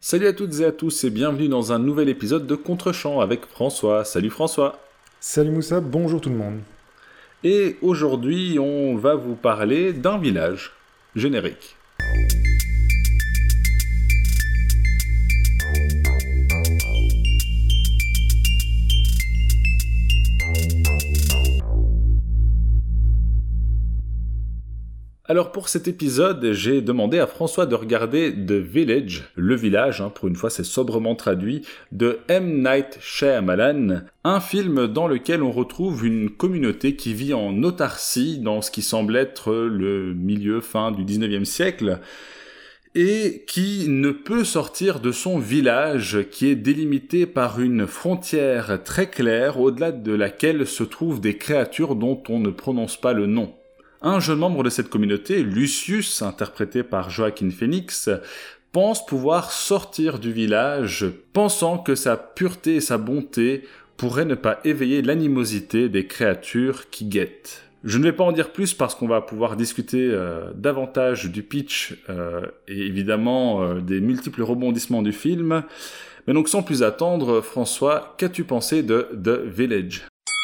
Salut à toutes et à tous et bienvenue dans un nouvel épisode de Contre-champ avec François. Salut François. Salut Moussa, bonjour tout le monde. Et aujourd'hui, on va vous parler d'un village. Générique. Alors pour cet épisode, j'ai demandé à François de regarder The Village, le village, pour une fois c'est sobrement traduit, de M. Night Shyamalan, un film dans lequel on retrouve une communauté qui vit en autarcie dans ce qui semble être le fin du 19e siècle, et qui ne peut sortir de son village qui est délimité par une frontière très claire au-delà de laquelle se trouvent des créatures dont on ne prononce pas le nom. Un jeune membre de cette communauté, Lucius, interprété par Joaquin Phoenix, pense pouvoir sortir du village, pensant que sa pureté et sa bonté pourraient ne pas éveiller l'animosité des créatures qui guettent. Je ne vais pas en dire plus parce qu'on va pouvoir discuter davantage du pitch et évidemment des multiples rebondissements du film. Mais donc sans plus attendre, François, qu'as-tu pensé de The Village ?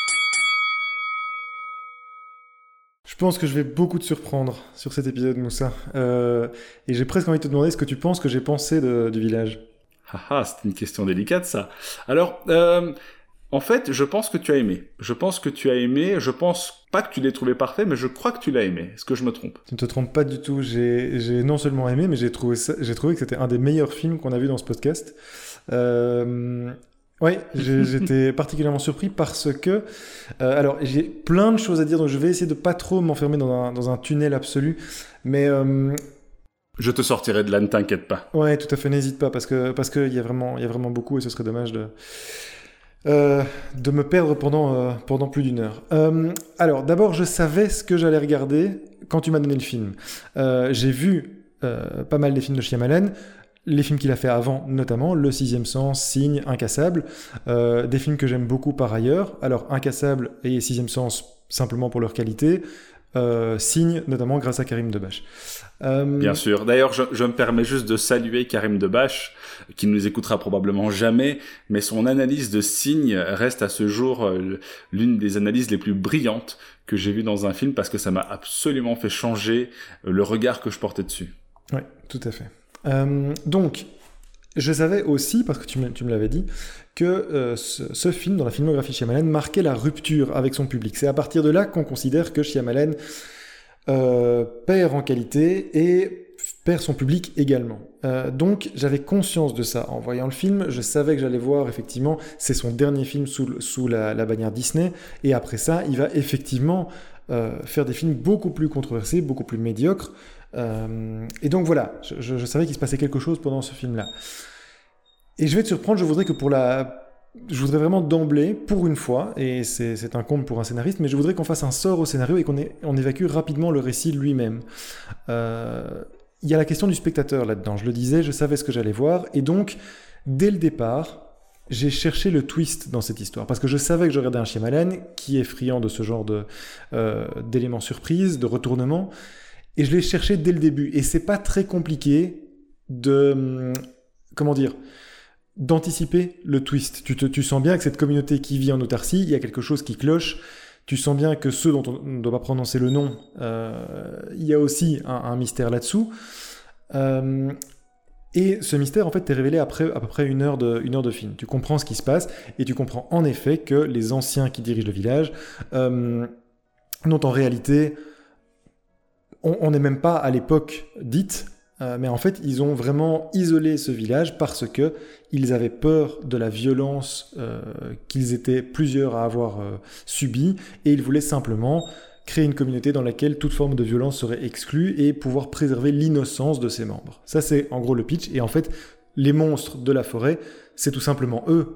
Je pense que je vais beaucoup te surprendre sur cet épisode, Moussa. Et j'ai presque envie de te demander ce que tu penses que j'ai pensé du village. C'est une question délicate, ça. Alors, en fait, je pense que tu as aimé. Je pense pas que tu l'aies trouvé parfait, mais je crois que tu l'as aimé. Est-ce que je me trompe ? Tu ne te trompes pas du tout. J'ai non seulement aimé, mais j'ai trouvé que c'était un des meilleurs films qu'on a vu dans ce podcast. Ouais, j'étais particulièrement surpris parce que... alors, j'ai plein de choses à dire, donc je vais essayer de pas trop m'enfermer dans un tunnel absolu, mais... Je te sortirai de là, ne t'inquiète pas. Ouais, tout à fait, n'hésite pas, parce que il y a vraiment beaucoup, et ce serait dommage de me perdre pendant plus d'une heure. Alors, d'abord, je savais ce que j'allais regarder quand tu m'as donné le film. J'ai vu pas mal des films de Shyamalan, les films qu'il a fait avant, notamment Le Sixième Sens, Signe, Incassable, des films que j'aime beaucoup par ailleurs. Alors, Incassable et Sixième Sens, simplement pour leur qualité. Signe, notamment grâce à Karim Debache. Bien sûr. D'ailleurs, je me permets juste de saluer Karim Debache, qui ne nous écoutera probablement jamais, mais son analyse de Signe reste à ce jour l'une des analyses les plus brillantes que j'ai vues dans un film, parce que ça m'a absolument fait changer le regard que je portais dessus. Oui, tout à fait. Donc, je savais aussi, parce que tu me l'avais dit, que ce film, dans la filmographie Shyamalan, marquait la rupture avec son public. C'est à partir de là qu'on considère que Shyamalan perd en qualité et perd son public également. Donc, j'avais conscience de ça en voyant le film. Je savais que j'allais voir, effectivement, c'est son dernier film sous la bannière Disney. Et après ça, il va effectivement faire des films beaucoup plus controversés, beaucoup plus médiocres. Et donc voilà, je savais qu'il se passait quelque chose pendant ce film-là. Et je vais te surprendre, je voudrais vraiment d'emblée, pour une fois, et c'est un comble pour un scénariste, mais je voudrais qu'on fasse un sort au scénario et qu'on évacue rapidement le récit lui-même. Il y a la question du spectateur là-dedans, je le disais, je savais ce que j'allais voir, et donc, dès le départ, j'ai cherché le twist dans cette histoire, parce que je savais que je regardais un Shyamalan qui est friand de ce genre d'éléments surprises, de retournements, et je l'ai cherché dès le début. Et c'est pas très compliqué d'anticiper le twist. Tu sens bien que cette communauté qui vit en autarcie, il y a quelque chose qui cloche. Tu sens bien que ceux dont on ne doit pas prononcer le nom, il y a aussi un mystère là-dessous. Et ce mystère, en fait, t'est révélé après à peu près une heure de film. Tu comprends ce qui se passe, et tu comprends en effet que les anciens qui dirigent le village n'ont en réalité... On n'est même pas à l'époque dite, mais en fait, ils ont vraiment isolé ce village parce que ils avaient peur de la violence qu'ils étaient plusieurs à avoir subie, et ils voulaient simplement créer une communauté dans laquelle toute forme de violence serait exclue et pouvoir préserver l'innocence de ses membres. Ça, c'est en gros le pitch. Et en fait, les monstres de la forêt, c'est tout simplement eux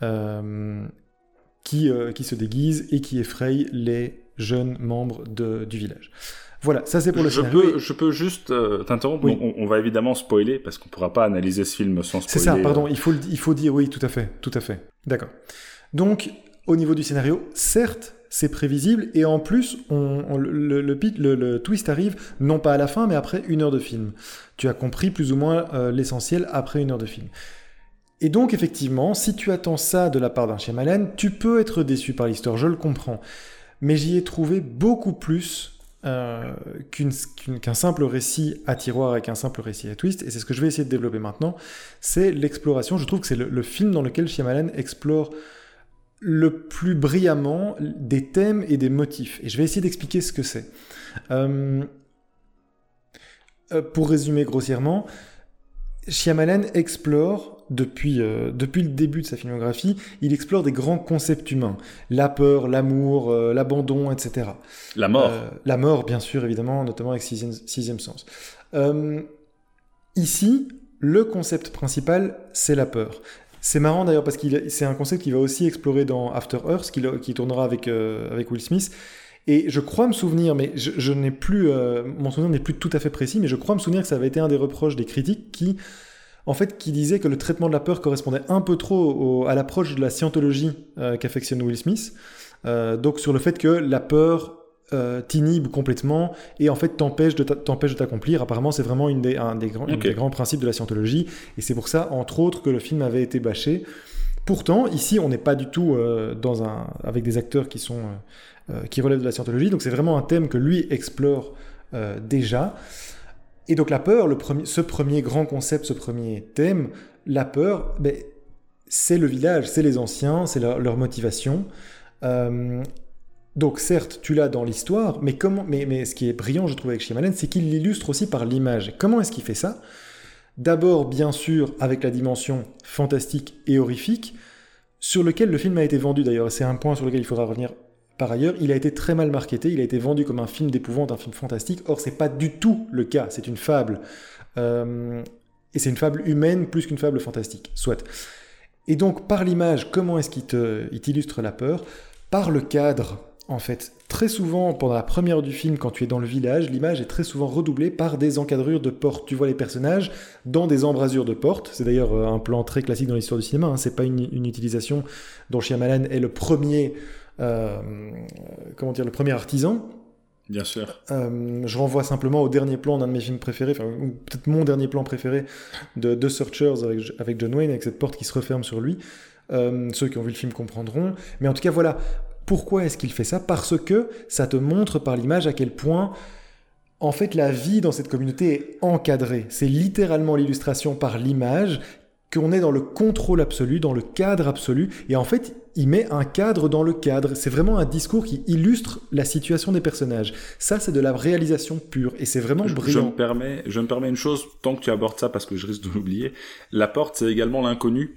qui se déguisent et qui effrayent les jeunes membres du village. Voilà, ça c'est pour le scénario. Je peux juste t'interrompre. Oui. On va évidemment spoiler parce qu'on pourra pas analyser ce film sans spoiler. C'est ça, pardon, il faut dire oui, tout à fait. D'accord. Donc, au niveau du scénario, certes, c'est prévisible, et en plus, le twist arrive non pas à la fin, mais après 1 heure de film. Tu as compris plus ou moins l'essentiel après 1 heure de film. Et donc, effectivement, si tu attends ça de la part d'un Shyamalan, tu peux être déçu par l'histoire, je le comprends. Mais j'y ai trouvé beaucoup plus qu'un simple récit à tiroir avec un simple récit à twist, et c'est ce que je vais essayer de développer maintenant, c'est l'exploration. Je trouve que c'est le film dans lequel Shyamalan explore le plus brillamment des thèmes et des motifs. Et je vais essayer d'expliquer ce que c'est. Pour résumer grossièrement, Shyamalan explore, depuis le début de sa filmographie, il explore des grands concepts humains. La peur, l'amour, l'abandon, etc. La mort. La mort, bien sûr, évidemment, notamment avec Sixième Sens. Ici, le concept principal, c'est la peur. C'est marrant d'ailleurs parce que c'est un concept qu'il va aussi explorer dans After Earth, qui tournera avec Will Smith. Et je crois me souvenir, mais je n'ai plus, mon souvenir n'est plus tout à fait précis, mais je crois me souvenir que ça avait été un des reproches des critiques qui disaient que le traitement de la peur correspondait un peu trop à l'approche de la scientologie qu'affectionne Will Smith. Donc sur le fait que la peur t'inhibe complètement et en fait t'empêche de t'accomplir. Apparemment, c'est vraiment un des grands principes de la scientologie. Et c'est pour ça, entre autres, que le film avait été bâché. Pourtant, ici, on n'est pas du tout avec des acteurs qui relèvent de la scientologie. Donc c'est vraiment un thème que lui explore déjà. Et donc la peur, ce premier grand concept, ce premier thème, la peur, c'est le village, c'est les anciens, c'est leur motivation. Donc certes, tu l'as dans l'histoire, mais ce qui est brillant, je trouve, avec Shyamalan, c'est qu'il l'illustre aussi par l'image. Comment est-ce qu'il fait ça ? D'abord, bien sûr, avec la dimension fantastique et horrifique, sur lequel le film a été vendu d'ailleurs. C'est un point sur lequel il faudra revenir par ailleurs. Il a été très mal marketé, il a été vendu comme un film d'épouvante, un film fantastique. Or, c'est pas du tout le cas, c'est une fable. Et c'est une fable humaine plus qu'une fable fantastique, soit. Et donc, par l'image, comment est-ce qu'il t'illustre la peur ? Par le cadre. En fait, très souvent, pendant la première heure du film, quand tu es dans le village, l'image est très souvent redoublée par des encadrures de portes. Tu vois les personnages dans des embrasures de portes. C'est d'ailleurs un plan très classique dans l'histoire du cinéma. C'est pas une utilisation dont Shyamalan est le premier, le premier artisan. Bien sûr. Je renvoie simplement au dernier plan d'un de mes films préférés, ou peut-être mon dernier plan préféré de The Searchers avec John Wayne, avec cette porte qui se referme sur lui. Ceux qui ont vu le film comprendront. Mais en tout cas, voilà. Pourquoi est-ce qu'il fait ça ? Parce que ça te montre par l'image à quel point, en fait, la vie dans cette communauté est encadrée. C'est littéralement l'illustration par l'image qu'on est dans le contrôle absolu, dans le cadre absolu. Et en fait, il met un cadre dans le cadre. C'est vraiment un discours qui illustre la situation des personnages. Ça, c'est de la réalisation pure. Et c'est vraiment brillant. Je me permets une chose, tant que tu abordes ça, parce que je risque de l'oublier. La porte, c'est également l'inconnu.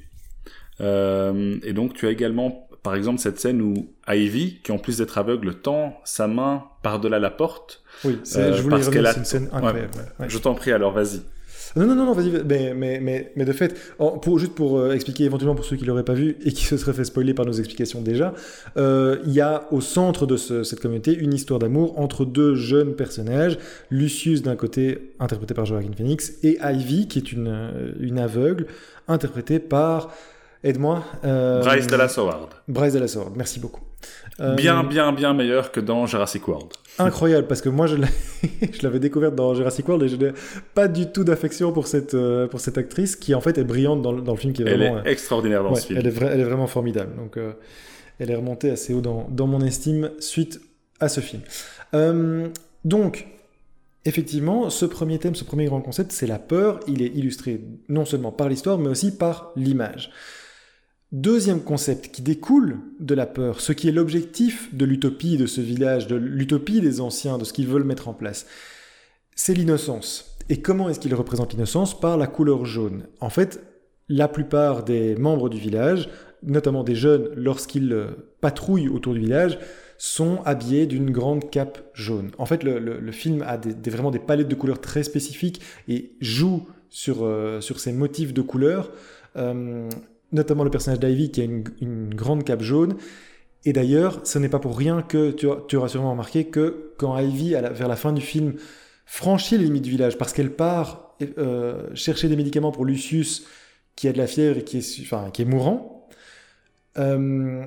Et donc, tu as également... Par exemple, cette scène où Ivy, qui en plus d'être aveugle, tend sa main par-delà la porte. Oui, je voulais revenir, c'est une scène incroyable. Ouais. Je t'en prie, alors vas-y. Non, vas-y. Mais de fait, juste pour expliquer éventuellement pour ceux qui ne l'auraient pas vu et qui se seraient fait spoiler par nos explications déjà, il y a au centre de cette communauté une histoire d'amour entre deux jeunes personnages, Lucius d'un côté, interprété par Joaquin Phoenix, et Ivy, qui est une aveugle, interprétée par... Aide-moi. Bryce Dallas Howard. Bryce Dallas Howard, merci beaucoup. Bien meilleur que dans Jurassic World. Incroyable, parce que moi je l'avais découverte dans Jurassic World et je n'ai pas du tout d'affection pour cette actrice qui en fait est brillante dans le film. Elle est extraordinaire dans ce film. Elle est vraiment formidable. Donc elle est remontée assez haut dans mon estime suite à ce film. Donc... Effectivement, ce premier thème, ce premier grand concept, c'est la peur. Il est illustré non seulement par l'histoire, mais aussi par l'image. Deuxième concept qui découle de la peur, ce qui est l'objectif de l'utopie de ce village, de l'utopie des anciens, de ce qu'ils veulent mettre en place, c'est l'innocence. Et comment est-ce qu'ils représentent l'innocence ? Par la couleur jaune. En fait, la plupart des membres du village, notamment des jeunes, lorsqu'ils patrouillent autour du village, sont habillés d'une grande cape jaune. En fait, le film a vraiment des palettes de couleurs très spécifiques et joue sur ces motifs de couleurs, notamment le personnage d'Ivy qui a une grande cape jaune. Et d'ailleurs, ce n'est pas pour rien que tu auras sûrement remarqué que quand Ivy, vers la fin du film, franchit les limites du village, parce qu'elle part chercher des médicaments pour Lucius qui a de la fièvre et qui est mourant,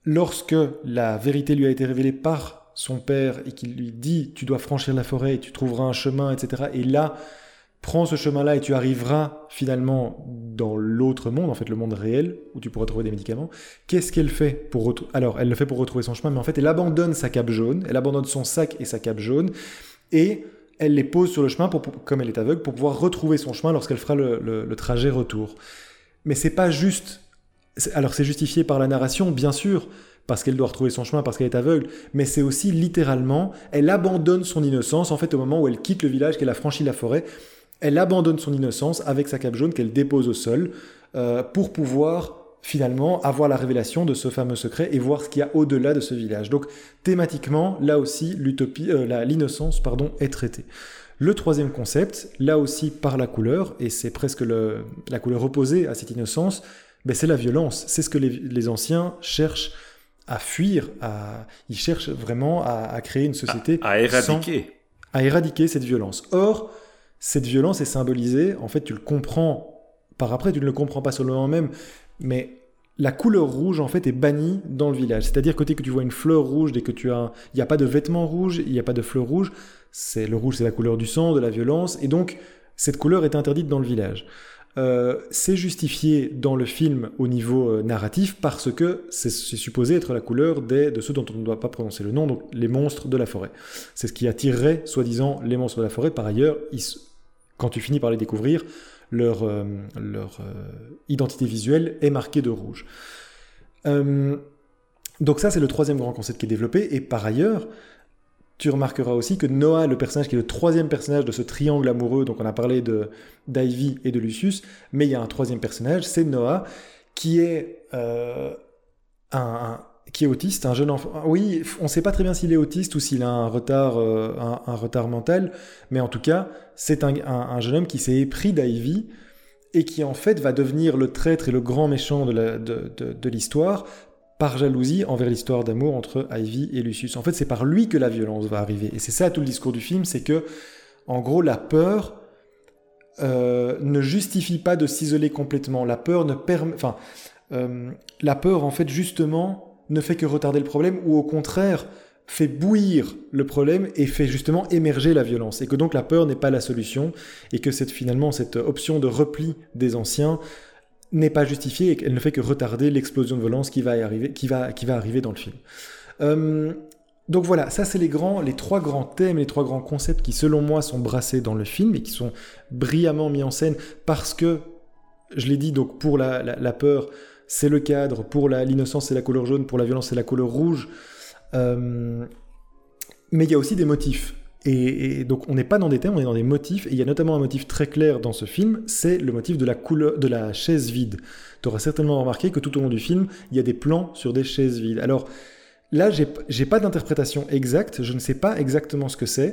lorsque la vérité lui a été révélée par son père et qu'il lui dit « tu dois franchir la forêt et tu trouveras un chemin, etc. » Et là, prends ce chemin-là et tu arriveras finalement dans l'autre monde, en fait le monde réel, où tu pourras trouver des médicaments. Qu'est-ce qu'elle fait pour Alors, elle le fait pour retrouver son chemin, mais en fait, elle abandonne sa cape jaune, elle abandonne son sac et sa cape jaune, et elle les pose sur le chemin, comme elle est aveugle, pour pouvoir retrouver son chemin lorsqu'elle fera le trajet retour. Mais c'est pas juste... Alors, c'est justifié par la narration, bien sûr, parce qu'elle doit retrouver son chemin, parce qu'elle est aveugle, mais c'est aussi littéralement, elle abandonne son innocence, en fait, au moment où elle quitte le village, qu'elle a franchi la forêt, elle abandonne son innocence avec sa cape jaune qu'elle dépose au sol pour pouvoir finalement avoir la révélation de ce fameux secret et voir ce qu'il y a au-delà de ce village. Donc thématiquement, là aussi, l'innocence est traitée. Le troisième concept, là aussi par la couleur, et c'est presque la couleur opposée à cette innocence, c'est la violence. C'est ce que les anciens cherchent à fuir, ils cherchent vraiment à créer une société... À éradiquer. À éradiquer cette violence. Or, cette violence est symbolisée, en fait tu le comprends par après, tu ne le comprends pas sur le moment même, mais la couleur rouge en fait est bannie dans le village. C'est-à-dire que dès que tu vois une fleur rouge, dès que il n'y a pas de vêtements rouges, il n'y a pas de fleurs rouges, le rouge c'est la couleur du sang, de la violence, et donc cette couleur est interdite dans le village. C'est justifié dans le film au niveau narratif parce que c'est supposé être la couleur de ceux dont on ne doit pas prononcer le nom, donc les monstres de la forêt. C'est ce qui attirerait, soi-disant, les monstres de la forêt. Par ailleurs, quand tu finis par les découvrir, leur identité visuelle est marquée de rouge. Donc ça, c'est le troisième grand concept qui est développé. Et par ailleurs, tu remarqueras aussi que Noah, le personnage qui est le troisième personnage de ce triangle amoureux, donc on a parlé d'Ivy et de Lucius, mais il y a un troisième personnage, c'est Noah, qui est qui est autiste, un jeune enfant. Oui, on ne sait pas très bien s'il est autiste ou s'il a un retard mental, mais en tout cas, c'est un jeune homme qui s'est épris d'Ivy et qui en fait va devenir le traître et le grand méchant de l'histoire, par jalousie envers l'histoire d'amour entre Ivy et Lucius. En fait, c'est par lui que la violence va arriver. Et c'est ça tout le discours du film, c'est que, en gros, la peur ne justifie pas de s'isoler complètement. La peur la peur, en fait, justement, ne fait que retarder le problème, ou au contraire, fait bouillir le problème et fait justement émerger la violence. Et que donc la peur n'est pas la solution, et que finalement, cette option de repli des anciens n'est pas justifiée et qu'elle ne fait que retarder l'explosion de violence qui va arriver dans le film. Donc voilà, ça c'est les trois grands thèmes, les trois grands concepts qui selon moi sont brassés dans le film et qui sont brillamment mis en scène parce que, je l'ai dit, donc pour la peur c'est le cadre, pour l'innocence c'est la couleur jaune, pour la violence c'est la couleur rouge, mais il y a aussi des motifs. Et donc on n'est pas dans des thèmes, on est dans des motifs, et il y a notamment un motif très clair dans ce film, c'est le motif de la chaise vide. Tu auras certainement remarqué que tout au long du film, il y a des plans sur des chaises vides. Alors là, j'ai pas d'interprétation exacte, je ne sais pas exactement ce que c'est.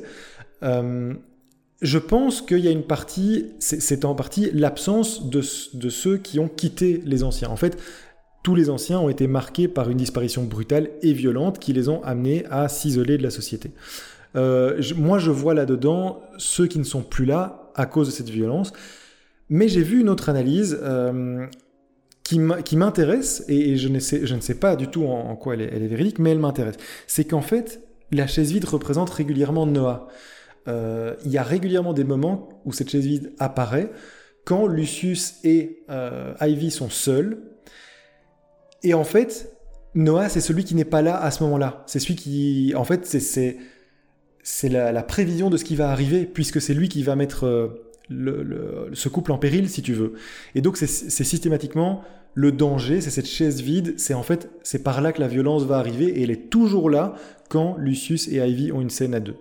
Je pense qu'il y a une partie, c'est en partie l'absence de ceux qui ont quitté les anciens. En fait, tous les anciens ont été marqués par une disparition brutale et violente qui les ont amenés à s'isoler de la société. Moi, je vois là-dedans ceux qui ne sont plus là à cause de cette violence. Mais j'ai vu une autre analyse qui m'intéresse, et je ne sais pas du tout en quoi elle est véridique, mais elle m'intéresse. C'est qu'en fait, la chaise vide représente régulièrement Noah. Il y a régulièrement des moments où cette chaise vide apparaît, quand Lucius et Ivy sont seuls. Et en fait, Noah, c'est celui qui n'est pas là à ce moment-là. C'est celui qui... En fait, c'est la prévision de ce qui va arriver, puisque c'est lui qui va mettre ce couple en péril, si tu veux. Et donc, c'est systématiquement le danger, c'est cette chaise vide, c'est par là que la violence va arriver, et elle est toujours là quand Lucius et Ivy ont une scène à deux.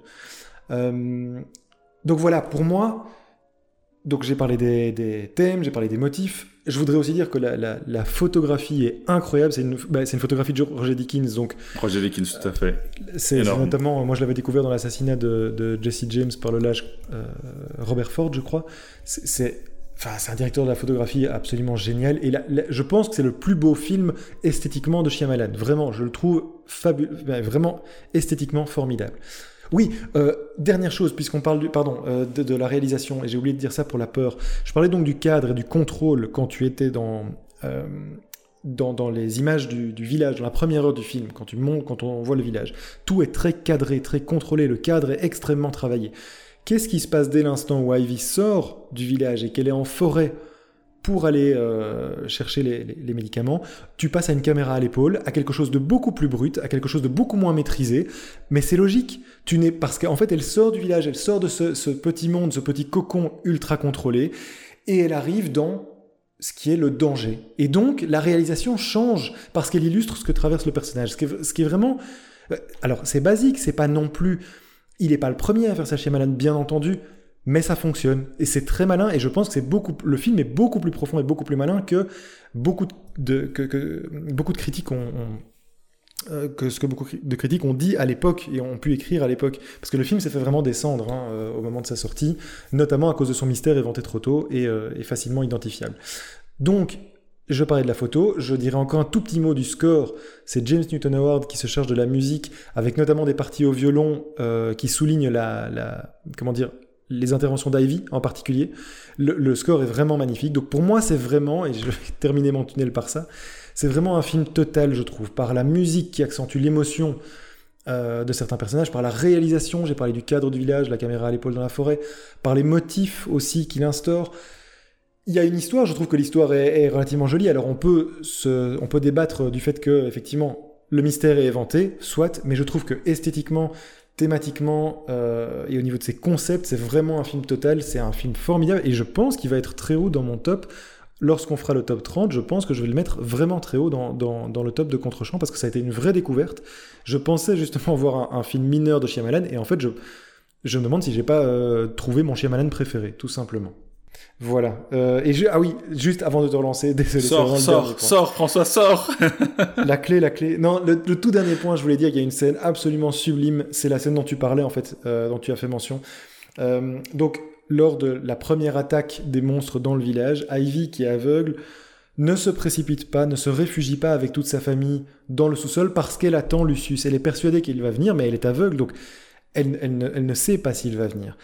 Donc voilà, pour moi, donc j'ai parlé des thèmes, j'ai parlé des motifs. Je voudrais aussi dire que la photographie est incroyable. C'est une photographie de Roger Deakins. Donc, Roger Deakins, tout à fait. C'est notamment, moi je l'avais découvert dans l'assassinat de Jesse James par le lâche Robert Ford, je crois. C'est un directeur de la photographie absolument génial. Et je pense que c'est le plus beau film esthétiquement de Shyamalan. Vraiment, je le trouve vraiment esthétiquement formidable. Oui, dernière chose, puisqu'on parle de la réalisation, et j'ai oublié de dire ça pour la peur. Je parlais donc du cadre et du contrôle quand tu étais dans dans les images du village, dans la première heure du film, quand on voit le village, tout est très cadré, très contrôlé, le cadre est extrêmement travaillé. Qu'est-ce qui se passe dès l'instant où Ivy sort du village et qu'elle est en forêt pour aller chercher les médicaments? Tu passes à une caméra à l'épaule, à quelque chose de beaucoup plus brut, à quelque chose de beaucoup moins maîtrisé, mais c'est logique. Parce qu'en fait, elle sort du village, elle sort de ce petit monde, ce petit cocon ultra contrôlé, et elle arrive dans ce qui est le danger. Et donc, la réalisation change, parce qu'elle illustre ce que traverse le personnage. Ce qui est vraiment... Alors, c'est basique, c'est pas non plus... Il n'est pas le premier à faire ça chez Shyamalan, bien entendu, mais ça fonctionne. Et c'est très malin, et je pense que le film est beaucoup plus profond et beaucoup plus malin que beaucoup de critiques beaucoup de critiques ont dit à l'époque et ont pu écrire à l'époque. Parce que le film s'est fait vraiment descendre au moment de sa sortie, notamment à cause de son mystère éventé trop tôt et facilement identifiable. Donc, je parlais de la photo, je dirais encore un tout petit mot du score. C'est James Newton Howard qui se charge de la musique, avec notamment des parties au violon qui soulignent les interventions d'Ivy en particulier. Le score est vraiment magnifique. Donc pour moi, c'est vraiment, et je vais terminer mon tunnel par ça, c'est vraiment un film total, je trouve, par la musique qui accentue l'émotion de certains personnages, par la réalisation, j'ai parlé du cadre du village, la caméra à l'épaule dans la forêt, par les motifs aussi qu'il instaure. Il y a une histoire, je trouve que l'histoire est relativement jolie. Alors on peut débattre du fait que, effectivement, le mystère est éventé, soit, mais je trouve que esthétiquement, thématiquement et au niveau de ses concepts, c'est vraiment un film total, c'est un film formidable, et je pense qu'il va être très haut dans mon top. Lorsqu'on fera le top 30, je pense que je vais le mettre vraiment très haut dans le top de Contre-champ, parce que ça a été une vraie découverte. Je pensais justement voir un film mineur de Shyamalan, et en fait, je me demande si j'ai pas trouvé mon Shyamalan préféré, tout simplement. Voilà. Ah oui, juste avant de te relancer, désolé. Sors, François, sors. La clé. Non, le tout dernier point, je voulais dire qu'il y a une scène absolument sublime. C'est la scène dont tu parlais, en fait, dont tu as fait mention. Donc, lors de la première attaque des monstres dans le village, Ivy, qui est aveugle, ne se précipite pas, ne se réfugie pas avec toute sa famille dans le sous-sol parce qu'elle attend Lucius. Elle est persuadée qu'il va venir, mais elle est aveugle, donc elle ne sait pas s'il va venir.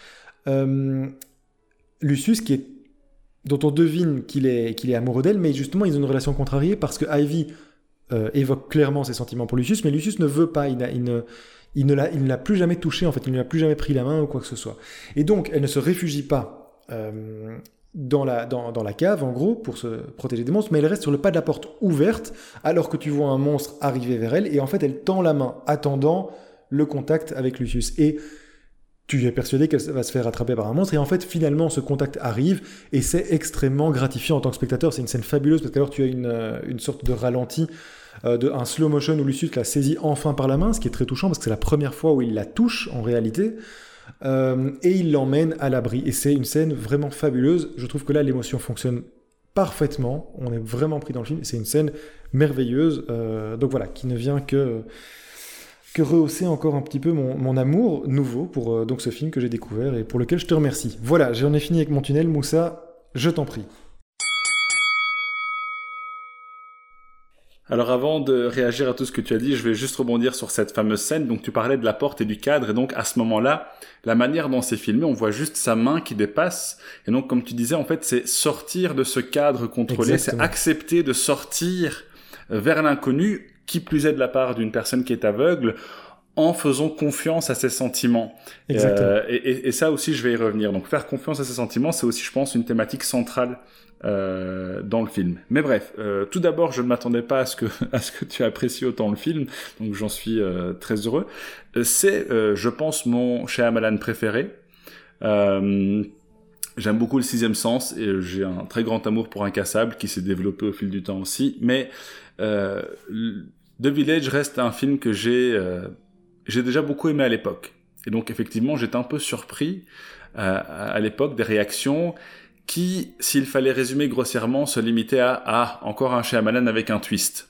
Lucius, dont on devine qu'il est amoureux d'elle, mais justement, ils ont une relation contrariée parce que Ivy évoque clairement ses sentiments pour Lucius, mais Lucius ne veut pas, il ne l'a plus jamais touché, en fait, il ne lui a plus jamais pris la main ou quoi que ce soit. Et donc, elle ne se réfugie pas dans la cave, en gros, pour se protéger des monstres, mais elle reste sur le pas de la porte ouverte, alors que tu vois un monstre arriver vers elle, et en fait, elle tend la main, attendant le contact avec Lucius. Et tu es persuadé qu'elle va se faire attraper par un monstre, et en fait, finalement, ce contact arrive, et c'est extrêmement gratifiant en tant que spectateur. C'est une scène fabuleuse, parce qu'alors tu as une sorte de ralenti, un slow motion où Lucius la saisit enfin par la main, ce qui est très touchant, parce que c'est la première fois où il la touche, en réalité, et il l'emmène à l'abri. Et c'est une scène vraiment fabuleuse. Je trouve que là, l'émotion fonctionne parfaitement. On est vraiment pris dans le film. C'est une scène merveilleuse, donc voilà, qui ne vient que rehausser encore un petit peu mon amour nouveau pour donc ce film que j'ai découvert et pour lequel je te remercie. Voilà, j'en ai fini avec mon tunnel. Moussa, je t'en prie. Alors avant de réagir à tout ce que tu as dit, je vais juste rebondir sur cette fameuse scène. Donc tu parlais de la porte et du cadre, et donc à ce moment-là, la manière dont c'est filmé, on voit juste sa main qui dépasse. Et donc comme tu disais, en fait, c'est sortir de ce cadre contrôlé, Exactement. C'est accepter de sortir vers l'inconnu, qui plus est de la part d'une personne qui est aveugle, en faisant confiance à ses sentiments. Et ça aussi, je vais y revenir. Donc faire confiance à ses sentiments, c'est aussi, je pense, une thématique centrale dans le film. Mais bref, tout d'abord, je ne m'attendais pas à ce que tu apprécies autant le film, donc j'en suis très heureux. C'est, je pense, mon Shyamalan préféré. J'aime beaucoup le Sixième Sens, et j'ai un très grand amour pour Incassable, qui s'est développé au fil du temps aussi. Mais The Village reste un film que j'ai déjà beaucoup aimé à l'époque. Et donc, effectivement, j'étais un peu surpris à l'époque des réactions qui, s'il fallait résumer grossièrement, se limitaient à encore un Shyamalan avec un twist.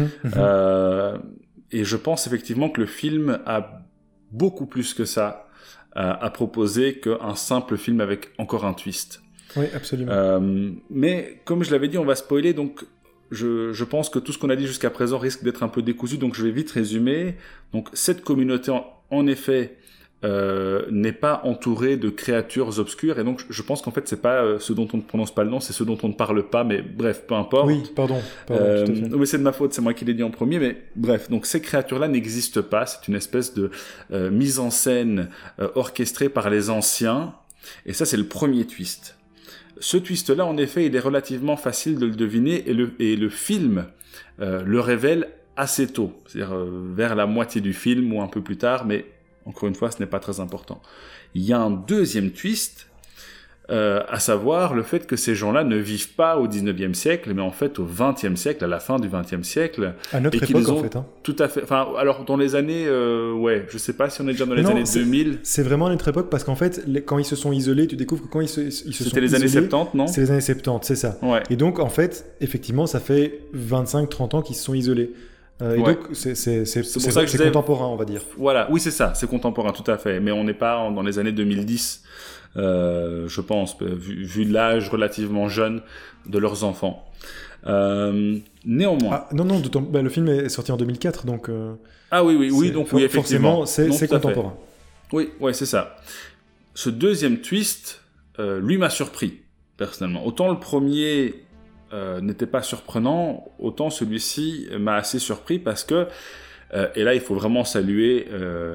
Et je pense effectivement que le film a beaucoup plus que ça à proposer qu'un simple film avec encore un twist. Oui, absolument. Mais comme je l'avais dit, on va spoiler, donc je pense que tout ce qu'on a dit jusqu'à présent risque d'être un peu décousu, donc je vais vite résumer. Donc cette communauté, en effet, n'est pas entouré de créatures obscures, et donc je pense qu'en fait c'est pas ce dont on ne prononce pas le nom, c'est ce dont on ne parle pas, mais bref, peu importe. Oui, pardon tout à fait. Oui, c'est de ma faute, c'est moi qui l'ai dit en premier, mais bref, donc ces créatures-là n'existent pas, c'est une espèce de mise en scène orchestrée par les anciens, et ça c'est le premier twist. Ce twist-là, en effet, il est relativement facile de le deviner, et le film le révèle assez tôt, c'est-à-dire vers la moitié du film ou un peu plus tard, mais encore une fois, ce n'est pas très important. Il y a un deuxième twist, à savoir le fait que ces gens-là ne vivent pas au 19e siècle, mais en fait au 20e siècle, à la fin du 20e siècle. À notre époque, en fait. Hein. Tout à fait. Enfin, alors, dans les années... ouais, je sais pas si on est déjà dans les années 2000. C'est vraiment notre époque, parce qu'en fait, quand ils se sont isolés, tu découvres que quand ils se sont C'était les années 70, non ? C'est les années 70, c'est ça. Ouais. Et donc, en fait, effectivement, ça fait 25-30 ans qu'ils se sont isolés. Et donc, c'est pour ça que c'est contemporain, on va dire. Voilà, oui, c'est ça, c'est contemporain, tout à fait. Mais on n'est pas dans les années 2010, je pense, vu l'âge relativement jeune de leurs enfants. Néanmoins... Ah, non, le film est sorti en 2004, donc... Ah oui, donc oui, effectivement. Forcément, c'est contemporain. Oui, c'est ça. Ce deuxième twist, lui, m'a surpris, personnellement. Autant le premier... n'était pas surprenant, autant celui-ci m'a assez surpris parce que, et là il faut vraiment saluer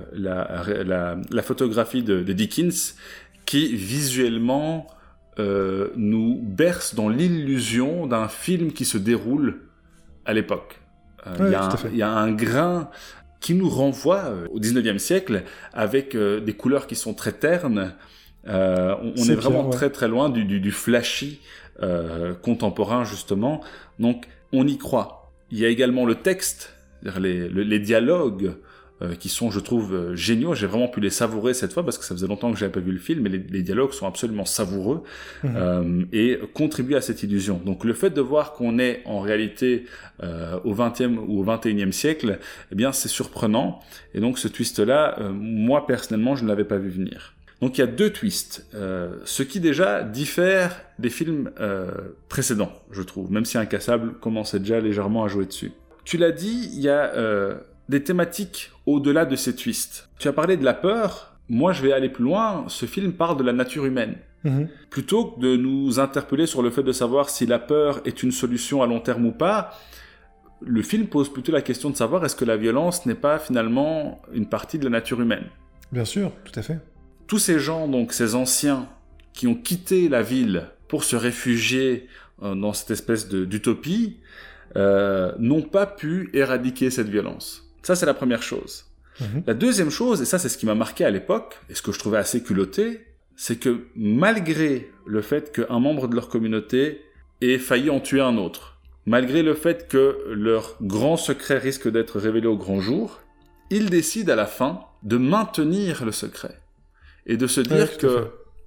la photographie de Dickens qui visuellement nous berce dans l'illusion d'un film qui se déroule à l'époque. Il y a un grain qui nous renvoie au 19e siècle avec des couleurs qui sont très ternes. On est vraiment très très loin du flashy contemporain, justement. Donc on y croit. Il y a également le texte, les dialogues qui sont, je trouve, géniaux. J'ai vraiment pu les savourer cette fois parce que ça faisait longtemps que j'avais pas vu le film, mais les dialogues sont absolument savoureux et contribuent à cette illusion. Donc le fait de voir qu'on est en réalité au 20e ou au 21e siècle, eh bien c'est surprenant. Et donc ce twist-là, moi personnellement, je ne l'avais pas vu venir. Donc il y a deux twists, ce qui déjà diffère des films précédents, je trouve, même si Incassable commençait déjà légèrement à jouer dessus. Tu l'as dit, il y a des thématiques au-delà de ces twists. Tu as parlé de la peur, moi je vais aller plus loin, ce film parle de la nature humaine. Plutôt que de nous interpeller sur le fait de savoir si la peur est une solution à long terme ou pas, le film pose plutôt la question de savoir est-ce que la violence n'est pas finalement une partie de la nature humaine. Bien sûr, tout à fait. Tous ces gens, donc ces anciens, qui ont quitté la ville pour se réfugier dans cette espèce d'utopie, n'ont pas pu éradiquer cette violence. Ça, c'est la première chose. La deuxième chose, et ça c'est ce qui m'a marqué à l'époque, et ce que je trouvais assez culotté, c'est que malgré le fait qu'un membre de leur communauté ait failli en tuer un autre, malgré le fait que leur grand secret risque d'être révélé au grand jour, ils décident à la fin de maintenir le secret. Et de se dire que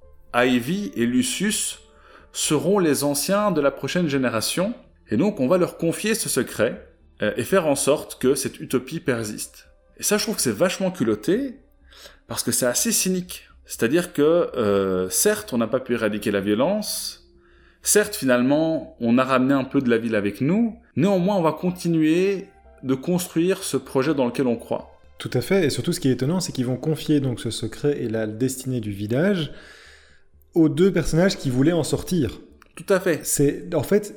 Ivy et Lucius seront les anciens de la prochaine génération, et donc on va leur confier ce secret, et faire en sorte que cette utopie persiste. Et ça, je trouve que c'est vachement culotté, parce que c'est assez cynique. C'est-à-dire que, certes, on n'a pas pu éradiquer la violence, certes, finalement, on a ramené un peu de la ville avec nous, néanmoins, on va continuer de construire ce projet dans lequel on croit. Tout à fait, et surtout ce qui est étonnant, c'est qu'ils vont confier donc ce secret et la destinée du village aux deux personnages qui voulaient en sortir. Tout à fait. C'est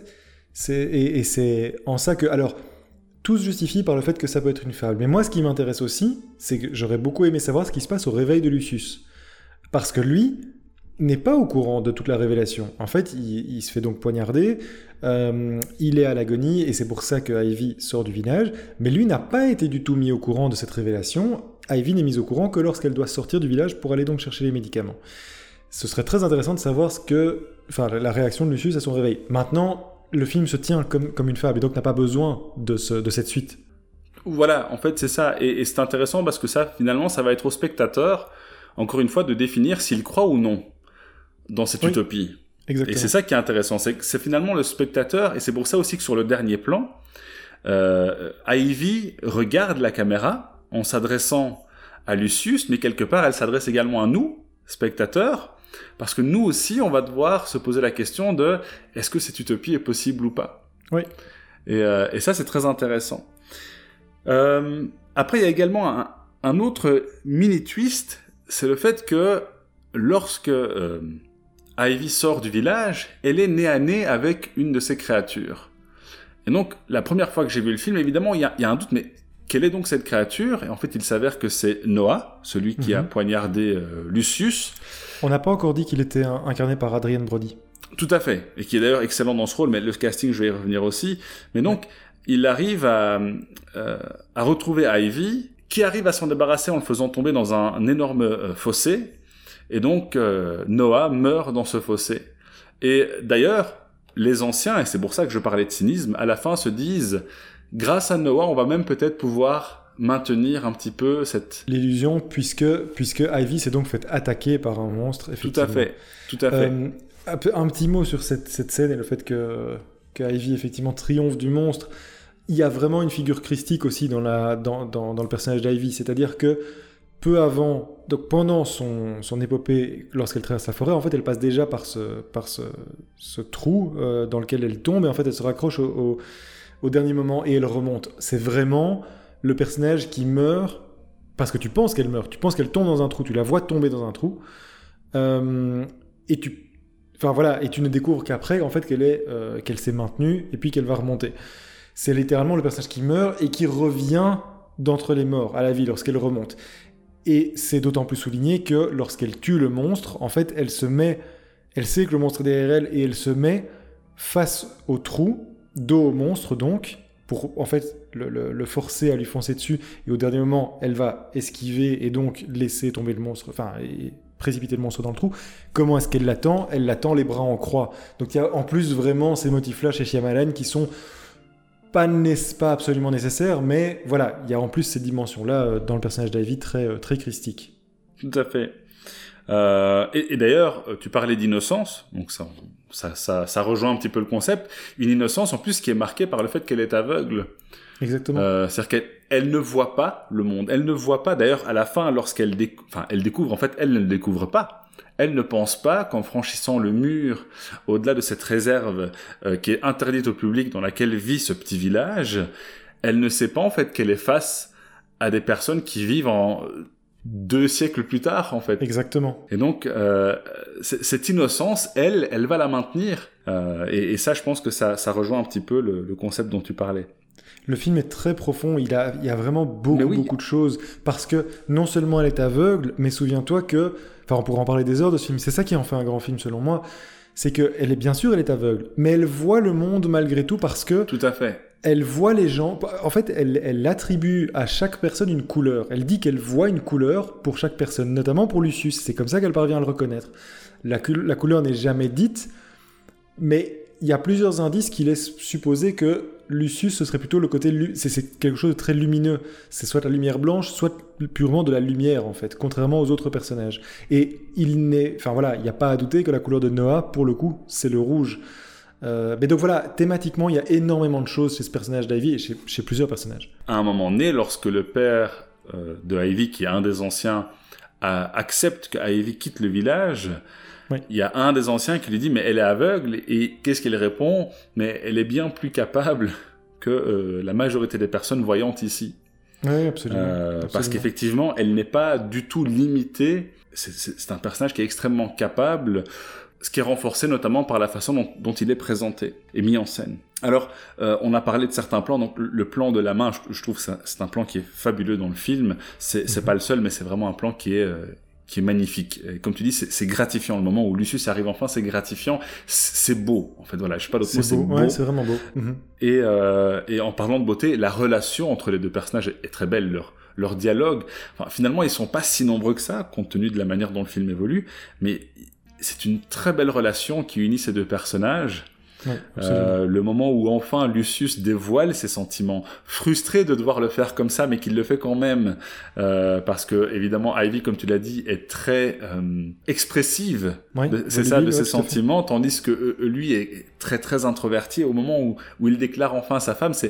en ça que... Alors, tout se justifie par le fait que ça peut être une fable. Mais moi, ce qui m'intéresse aussi, c'est que j'aurais beaucoup aimé savoir ce qui se passe au réveil de Lucius. Parce que lui n'est pas au courant de toute la révélation. En fait, il se fait donc poignarder, il est à l'agonie, et c'est pour ça que Ivy sort du village, mais lui n'a pas été du tout mis au courant de cette révélation. Ivy n'est mise au courant que lorsqu'elle doit sortir du village pour aller donc chercher les médicaments. Ce serait très intéressant de savoir la réaction de Lucius à son réveil. Maintenant, le film se tient comme une fable, et donc n'a pas besoin de cette suite. Voilà, en fait, c'est ça. Et c'est intéressant parce que ça, finalement, ça va être au spectateur, encore une fois, de définir s'il croit ou non dans cette utopie. Exactement. Et c'est ça qui est intéressant. C'est finalement le spectateur, et c'est pour ça aussi que sur le dernier plan, Ivy regarde la caméra en s'adressant à Lucius, mais quelque part, elle s'adresse également à nous, spectateurs, parce que nous aussi, on va devoir se poser la question de est-ce que cette utopie est possible ou pas. Oui. Et ça, c'est très intéressant. Après, il y a également un autre mini-twist, c'est le fait que lorsque Ivy sort du village, elle est nez à nez avec une de ces créatures. Et donc, la première fois que j'ai vu le film, évidemment, il y a un doute, mais quelle est donc cette créature ? Et en fait, il s'avère que c'est Noah, celui qui a poignardé Lucius. On n'a pas encore dit qu'il était incarné par Adrien Brody. Tout à fait, et qui est d'ailleurs excellent dans ce rôle, mais le casting, je vais y revenir aussi. Mais donc, il arrive à retrouver Ivy, qui arrive à s'en débarrasser en le faisant tomber dans un énorme fossé. Et donc, Noah meurt dans ce fossé. Et d'ailleurs, les anciens, et c'est pour ça que je parlais de cynisme, à la fin se disent, grâce à Noah, on va même peut-être pouvoir maintenir un petit peu cette... l'illusion, puisque Ivy s'est donc fait attaquer par un monstre, effectivement. Tout à fait. Un petit mot sur cette scène et le fait que Ivy, effectivement, triomphe du monstre. Il y a vraiment une figure christique aussi dans le personnage d'Ivy, c'est-à-dire que peu avant, donc pendant son épopée, lorsqu'elle traverse la forêt, en fait, elle passe déjà par ce trou dans lequel elle tombe, et en fait, elle se raccroche au dernier moment, et elle remonte. C'est vraiment le personnage qui meurt, parce que tu penses qu'elle meurt, tu penses qu'elle tombe dans un trou, tu la vois tomber dans un trou, et tu ne découvres qu'après, en fait, qu'elle s'est maintenue, et puis qu'elle va remonter. C'est littéralement le personnage qui meurt, et qui revient d'entre les morts à la vie lorsqu'elle remonte. Et c'est d'autant plus souligné que lorsqu'elle tue le monstre, en fait, elle sait que le monstre est derrière elle, et elle se met face au trou, dos au monstre donc, pour en fait le forcer à lui foncer dessus, et au dernier moment, elle va esquiver et donc laisser tomber le monstre, et précipiter le monstre dans le trou. Comment est-ce qu'elle l'attend ? Elle l'attend les bras en croix. Donc il y a en plus vraiment ces motifs-là chez Shyamalan qui sont pas absolument nécessaire, mais voilà, il y a en plus ces dimensions-là dans le personnage d'Ivy très, très christique. Tout à fait. Et d'ailleurs, tu parlais d'innocence, donc ça rejoint un petit peu le concept. Une innocence en plus qui est marquée par le fait qu'elle est aveugle. Exactement. C'est-à-dire qu'elle ne voit pas le monde. Elle ne voit pas, d'ailleurs, à la fin, lorsqu'elle elle découvre, en fait, elle ne le découvre pas. Elle ne pense pas qu'en franchissant le mur, au-delà de cette réserve qui est interdite au public dans laquelle vit ce petit village, elle ne sait pas en fait qu'elle est face à des personnes qui vivent 2 siècles plus tard en fait. Exactement. Et donc cette innocence, elle va la maintenir. Et ça, je pense que ça rejoint un petit peu le concept dont tu parlais. Le film est très profond, il y a vraiment beaucoup de choses, parce que non seulement elle est aveugle, mais souviens-toi que, on pourra en parler des heures de ce film, c'est ça qui en fait un grand film selon moi, c'est que elle est aveugle, mais elle voit le monde malgré tout, parce que... Tout à fait. Elle voit les gens, en fait elle attribue à chaque personne une couleur, elle dit qu'elle voit une couleur pour chaque personne, notamment pour Lucius, c'est comme ça qu'elle parvient à le reconnaître. La couleur n'est jamais dite, mais il y a plusieurs indices qui laissent supposer que Lucius, ce serait plutôt le côté... c'est quelque chose de très lumineux. C'est soit la lumière blanche, soit purement de la lumière, en fait, contrairement aux autres personnages. Et il n'y a pas à douter que la couleur de Noah, pour le coup, c'est le rouge. Mais donc voilà, thématiquement, il y a énormément de choses chez ce personnage d'Ivy et chez plusieurs personnages. À un moment donné, lorsque le père de Ivy, qui est un des anciens, accepte qu'Ivy quitte le village... Oui. Il y a un des anciens qui lui dit « mais elle est aveugle » et qu'est-ce qu'il répond ? « mais elle est bien plus capable que la majorité des personnes voyantes ici. » Oui, absolument. Parce qu'effectivement, elle n'est pas du tout limitée. C'est un personnage qui est extrêmement capable, ce qui est renforcé notamment par la façon dont il est présenté et mis en scène. Alors, on a parlé de certains plans, donc le plan de la main, je trouve que c'est un plan qui est fabuleux dans le film. C'est pas le seul, mais c'est vraiment un plan qui est magnifique. Et comme tu dis, c'est gratifiant. Le moment où Lucius arrive enfin, c'est gratifiant. C'est beau. En fait, voilà, je sais pas d'autre mot, c'est beau. Ouais, c'est vraiment beau. Et en parlant de beauté, la relation entre les deux personnages est très belle. Leur dialogue, finalement, ils sont pas si nombreux que ça, compte tenu de la manière dont le film évolue, mais c'est une très belle relation qui unit ces deux personnages. Ouais, le moment où enfin Lucius dévoile ses sentiments, frustré de devoir le faire comme ça, mais qu'il le fait quand même, parce que évidemment Ivy, comme tu l'as dit, est très expressive, de ses sentiments, tandis que lui est très très introverti. Au moment où il déclare enfin sa flamme,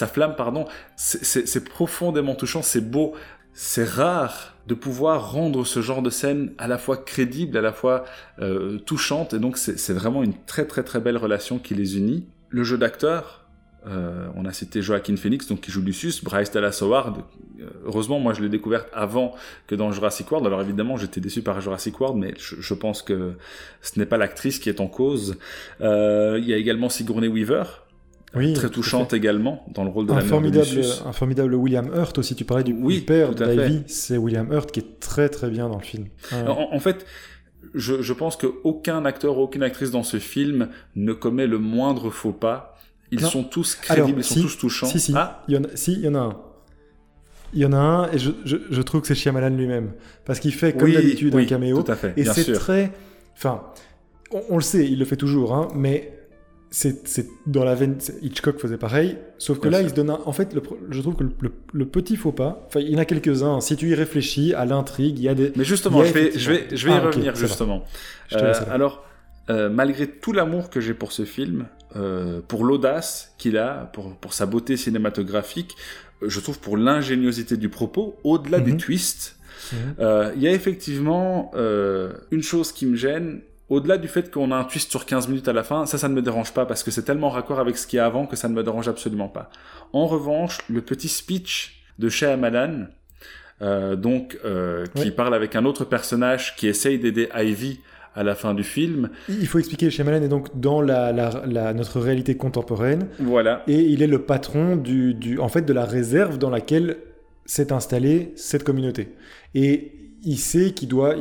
c'est profondément touchant, c'est beau. C'est rare de pouvoir rendre ce genre de scène à la fois crédible, à la fois touchante, et donc c'est vraiment une très très très belle relation qui les unit. Le jeu d'acteur On a cité Joaquin Phoenix, donc qui joue Lucius, Bryce Dallas Howard. Heureusement, moi, je l'ai découverte avant que dans Jurassic World. Alors évidemment, j'étais déçu par Jurassic World, mais je pense que ce n'est pas l'actrice qui est en cause. Il y a également Sigourney Weaver, très touchante également, dans le rôle de la mère de Lucius. Un formidable William Hurt aussi. Tu parlais du père d'Ivy, c'est William Hurt qui est très très bien dans le film. En fait, je pense qu'aucun acteur ou aucune actrice dans ce film ne commet le moindre faux pas. Ils sont tous crédibles, ils sont tous touchants. Si, il y en a un. Il y en a un, et je trouve que c'est Shyamalan lui-même. Parce qu'il fait, comme d'habitude, un caméo. Tout à fait, et bien c'est sûr. très... Enfin, on le sait, il le fait toujours, hein, mais c'est dans la veine... Hitchcock faisait pareil, sauf que là, il se donne un... En fait, je trouve que le petit faux pas... Enfin, il y en a quelques-uns. Si tu y réfléchis, à l'intrigue, il y a des... Mais justement, je vais y revenir, justement. Je te laisse alors, malgré tout l'amour que j'ai pour ce film... pour l'audace qu'il a, pour sa beauté cinématographique, je trouve pour l'ingéniosité du propos, au-delà des twists, il y a effectivement une chose qui me gêne, au-delà du fait qu'on a un twist sur 15 minutes à la fin, ça ne me dérange pas, parce que c'est tellement raccord avec ce qu'il y a avant que ça ne me dérange absolument pas. En revanche, le petit speech de Shyamalan, qui parle avec un autre personnage qui essaye d'aider Ivy à la fin du film. Il faut expliquer, Shyamalan est donc dans notre réalité contemporaine. Voilà. Et il est le patron de la réserve dans laquelle s'est installée cette communauté. Et il sait qu'il doit...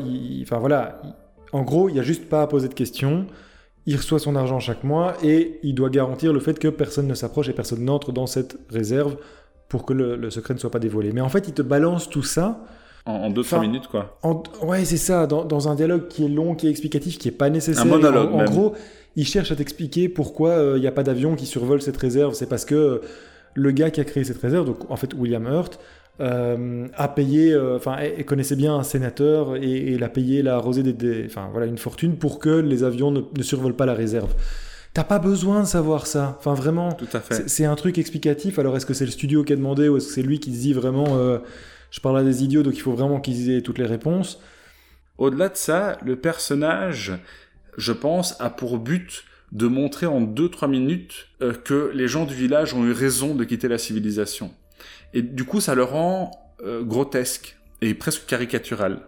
en gros, il n'y a juste pas à poser de questions. Il reçoit son argent chaque mois et il doit garantir le fait que personne ne s'approche et personne n'entre dans cette réserve pour que le secret ne soit pas dévoilé. Mais en fait, il te balance tout ça... En 2-3 minutes, quoi. Ouais, c'est ça, dans un dialogue qui est long, qui est explicatif, qui n'est pas nécessaire. Un monologue, en gros, il cherche à t'expliquer pourquoi il n'y a pas d'avion qui survole cette réserve. C'est parce que le gars qui a créé cette réserve, donc en fait William Hurt, a payé, et connaissait bien un sénateur et il a payé la rosée une fortune pour que les avions ne survolent pas la réserve. T'as pas besoin de savoir ça. Enfin, vraiment, tout à fait. C'est un truc explicatif. Alors, est-ce que c'est le studio qui a demandé ou est-ce que c'est lui qui se dit vraiment... je parle à des idiots, donc il faut vraiment qu'ils aient toutes les réponses. Au-delà de ça, le personnage, je pense, a pour but de montrer en 2-3 minutes que les gens du village ont eu raison de quitter la civilisation. Et du coup, ça le rend grotesque et presque caricatural.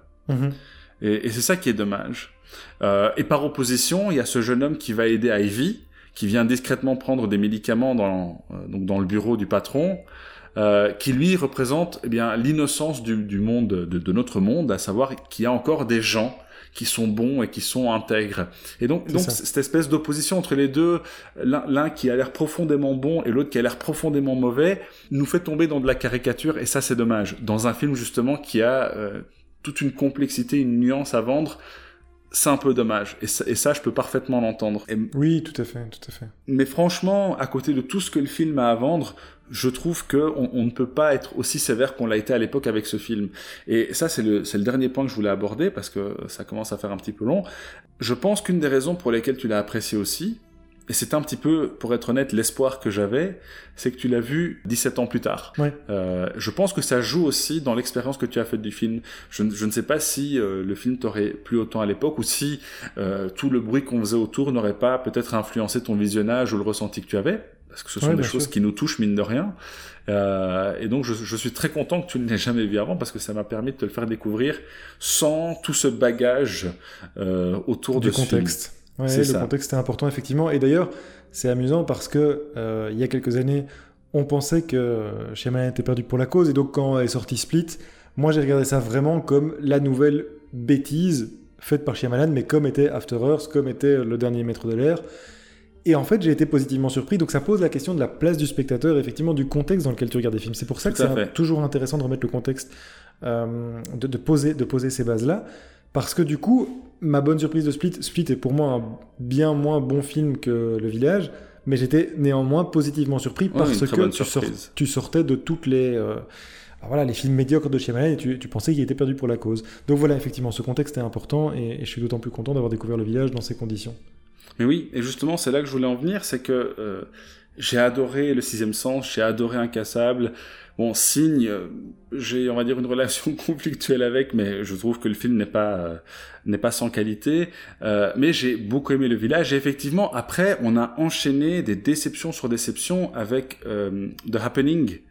Et c'est ça qui est dommage. Et par opposition, il y a ce jeune homme qui va aider Ivy, qui vient discrètement prendre des médicaments dans le bureau du patron, qui lui représente l'innocence du monde, de notre monde, à savoir qu'il y a encore des gens qui sont bons et qui sont intègres. Et donc cette espèce d'opposition entre les deux, l'un qui a l'air profondément bon et l'autre qui a l'air profondément mauvais, nous fait tomber dans de la caricature, et ça c'est dommage. Dans un film justement qui a toute une complexité, une nuance à vendre, c'est un peu dommage. Et ça, je peux parfaitement l'entendre. Oui, tout à fait. Mais franchement, à côté de tout ce que le film a à vendre, je trouve qu'on ne peut pas être aussi sévère qu'on l'a été à l'époque avec ce film. Et ça, c'est le dernier point que je voulais aborder, parce que ça commence à faire un petit peu long. Je pense qu'une des raisons pour lesquelles tu l'as apprécié aussi, et c'est un petit peu, pour être honnête, l'espoir que j'avais, c'est que tu l'as vu 17 ans plus tard. Ouais. Je pense que ça joue aussi dans l'expérience que tu as faite du film. Je ne sais pas si le film t'aurait plu autant à l'époque, ou si tout le bruit qu'on faisait autour n'aurait pas peut-être influencé ton visionnage ou le ressenti que tu avais, parce que ce sont des choses qui nous touchent, mine de rien. Et donc je suis très content que tu ne l'aies jamais vu avant, parce que ça m'a permis de te le faire découvrir sans tout ce bagage autour de ce contexte. Film. Ouais, le contexte est important, effectivement. Et d'ailleurs, c'est amusant parce que il y a quelques années, on pensait que Shyamalan était perdu pour la cause. Et donc, quand est sorti Split, moi, j'ai regardé ça vraiment comme la nouvelle bêtise faite par Shyamalan, mais comme était After Earth, comme était Le Dernier Maître de l'air. Et en fait, j'ai été positivement surpris. Donc, ça pose la question de la place du spectateur, effectivement, du contexte dans lequel tu regardes des films. C'est pour ça que c'est toujours intéressant de remettre le contexte, de poser ces bases-là. Parce que du coup, ma bonne surprise de Split est pour moi un bien moins bon film que Le Village, mais j'étais néanmoins positivement surpris parce que tu sortais de toutes les films médiocres de Shyamalan et tu pensais qu'il était perdu pour la cause. Donc voilà, effectivement, ce contexte est important et je suis d'autant plus content d'avoir découvert Le Village dans ces conditions. Mais oui, et justement, c'est là que je voulais en venir, c'est que J'ai adoré Le Sixième Sens, j'ai adoré Incassable. Bon, Signe, j'ai, on va dire, une relation conflictuelle avec, mais je trouve que le film n'est pas sans qualité. Mais j'ai beaucoup aimé Le Village. Et effectivement, après, on a enchaîné des déceptions sur déceptions avec The Happening,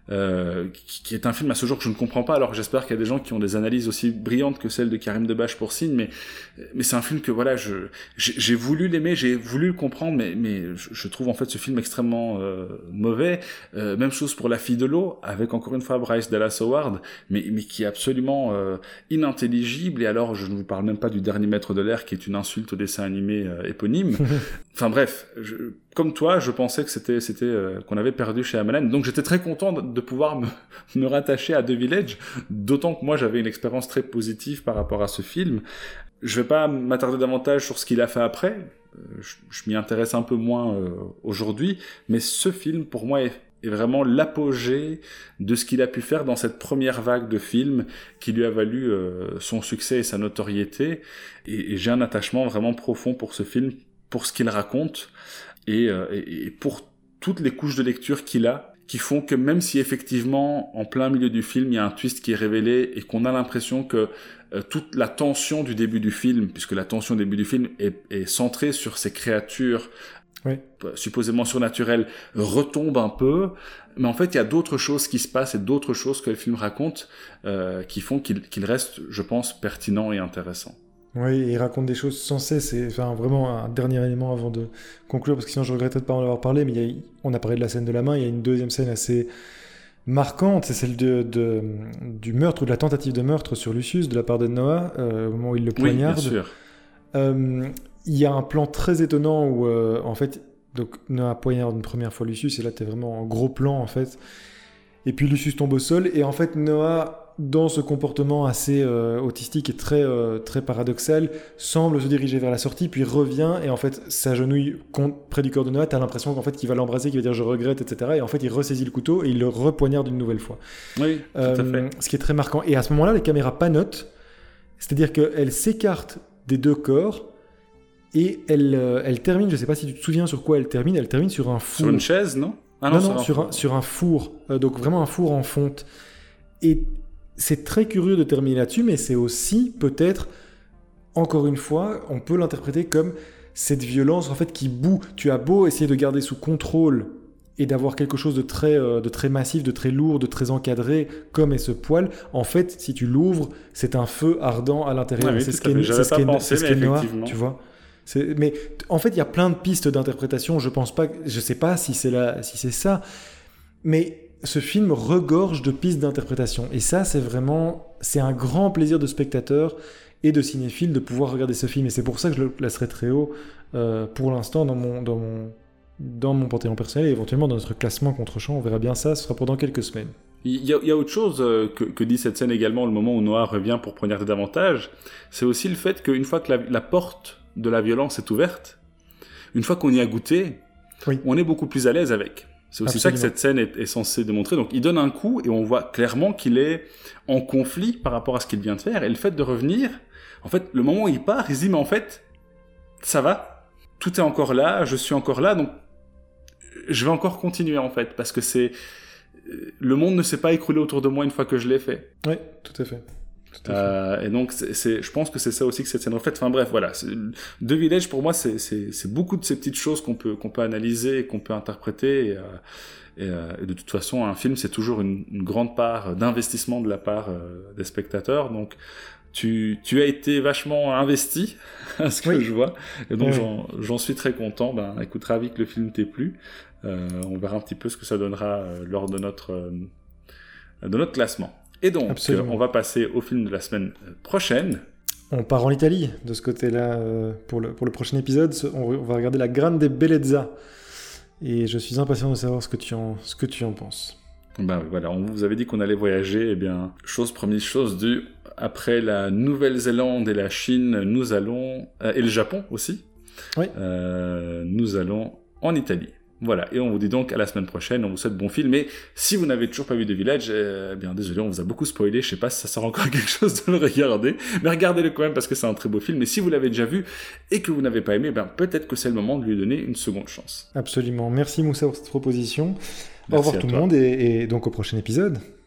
qui est un film à ce jour que je ne comprends pas. Alors j'espère qu'il y a des gens qui ont des analyses aussi brillantes que celles de Karim Debache pour Signe, mais c'est un film que voilà, j'ai voulu l'aimer, j'ai voulu le comprendre, mais je trouve en fait ce film extrêmement mauvais. Même chose pour La Fille de l'eau, avec encore une fois Bryce Dallas Howard, mais qui est absolument inintelligible. Et alors je ne vous parle même pas du Dernier Maître de l'air, qui est une insulte au dessin animé éponyme. Enfin bref, comme toi, je pensais que c'était qu'on avait perdu chez Shyamalan, donc j'étais très content de pouvoir me rattacher à The Village, d'autant que moi j'avais une expérience très positive par rapport à ce film. Je vais pas m'attarder davantage sur ce qu'il a fait après, je m'y intéresse un peu moins aujourd'hui, mais ce film pour moi est vraiment l'apogée de ce qu'il a pu faire dans cette première vague de films qui lui a valu son succès et sa notoriété, et j'ai un attachement vraiment profond pour ce film, pour ce qu'il raconte, et pour toutes les couches de lecture qu'il a, qui font que même si effectivement, en plein milieu du film, il y a un twist qui est révélé et qu'on a l'impression que toute la tension du début du film, puisque la tension du début du film est centrée sur ces créatures supposément surnaturelles, retombe un peu, mais en fait, il y a d'autres choses qui se passent et d'autres choses que le film raconte qui font qu'il reste, je pense, pertinent et intéressant. Oui, et il raconte des choses sensées, c'est vraiment un dernier élément avant de conclure, parce que sinon je regretterais de ne pas en avoir parlé, mais on a parlé de la scène de la main, il y a une deuxième scène assez marquante, c'est celle du meurtre ou de la tentative de meurtre sur Lucius de la part de Noah, au moment où il le poignarde. Oui, bien sûr. Il y a un plan très étonnant où, en fait, donc Noah poignarde une première fois Lucius, et là t'es vraiment en gros plan, en fait. Et puis Lucius tombe au sol, et en fait Noah, dans ce comportement assez autistique et très paradoxal, semble se diriger vers la sortie, puis revient, et en fait s'agenouille près du corps de Noah. T'as l'impression qu'en fait qu'il va l'embrasser, qu'il va dire je regrette, etc. Et en fait il ressaisit le couteau et il le repoignarde une nouvelle fois. Oui, tout à fait. Ce qui est très marquant. Et à ce moment-là, les caméras panotent, c'est-à-dire qu'elles s'écartent des deux corps, et elle termine, je sais pas si tu te souviens sur quoi elle termine sur un four. Sur une chaise, non? Non, sur un four, donc vraiment un four en fonte. Et c'est très curieux de terminer là-dessus, mais c'est aussi peut-être, encore une fois, on peut l'interpréter comme cette violence en fait qui bout. Tu as beau essayer de garder sous contrôle et d'avoir quelque chose de très massif, de très lourd, de très encadré, comme est ce poêle, en fait, si tu l'ouvres, c'est un feu ardent à l'intérieur. Oui, c'est ce qu'est Noah, tu vois. Mais en fait, il y a plein de pistes d'interprétation. Je sais pas si c'est ça, mais ce film regorge de pistes d'interprétation. Et ça, c'est un grand plaisir de spectateur et de cinéphile de pouvoir regarder ce film. Et c'est pour ça que je le placerai très haut pour l'instant dans mon panthéon personnel et éventuellement dans notre classement contre-champ. On verra bien ça, ce sera pendant quelques semaines. Il y a autre chose que dit cette scène également, le moment où Noah revient pour poignarder davantage. C'est aussi le fait qu'une fois que la porte de la violence est ouverte, une fois qu'on y a goûté, on est beaucoup plus à l'aise avec. C'est aussi ça que cette scène est censée démontrer. Donc il donne un coup et on voit clairement qu'il est en conflit par rapport à ce qu'il vient de faire. Et le fait de revenir, en fait, le moment où il part, il se dit mais en fait, ça va, tout est encore là, je suis encore là, donc je vais encore continuer en fait, parce que le monde ne s'est pas écroulé autour de moi une fois que je l'ai fait. Oui, tout à fait. Et donc, je pense que c'est ça aussi que cette scène reflète. Enfin bref, voilà. The Village, pour moi, c'est beaucoup de ces petites choses qu'on peut analyser et qu'on peut interpréter. Et de toute façon, un film, c'est toujours une grande part d'investissement de la part des spectateurs. Donc, tu as été vachement investi, à ce que je vois. Et donc, j'en suis très content. Écoute, ravi que le film t'ait plu. On verra un petit peu ce que ça donnera lors de notre classement. Et donc, on va passer au film de la semaine prochaine. On part en Italie, de ce côté-là, pour le prochain épisode. On va regarder La Grande Bellezza. Et je suis impatient de savoir ce que tu en penses. Voilà, on vous avait dit qu'on allait voyager. Eh bien, chose promise, chose due. Après la Nouvelle-Zélande et la Chine, nous allons... et le Japon aussi. Oui. Nous allons en Italie. Voilà, et on vous dit donc à la semaine prochaine, on vous souhaite bon film, et si vous n'avez toujours pas vu The Village, bien désolé, on vous a beaucoup spoilé, je sais pas si ça sert encore quelque chose de le regarder, mais regardez-le quand même parce que c'est un très beau film, et si vous l'avez déjà vu et que vous n'avez pas aimé, peut-être que c'est le moment de lui donner une seconde chance. Absolument, merci Moussa pour cette proposition. Merci au revoir tout le monde, et donc au prochain épisode.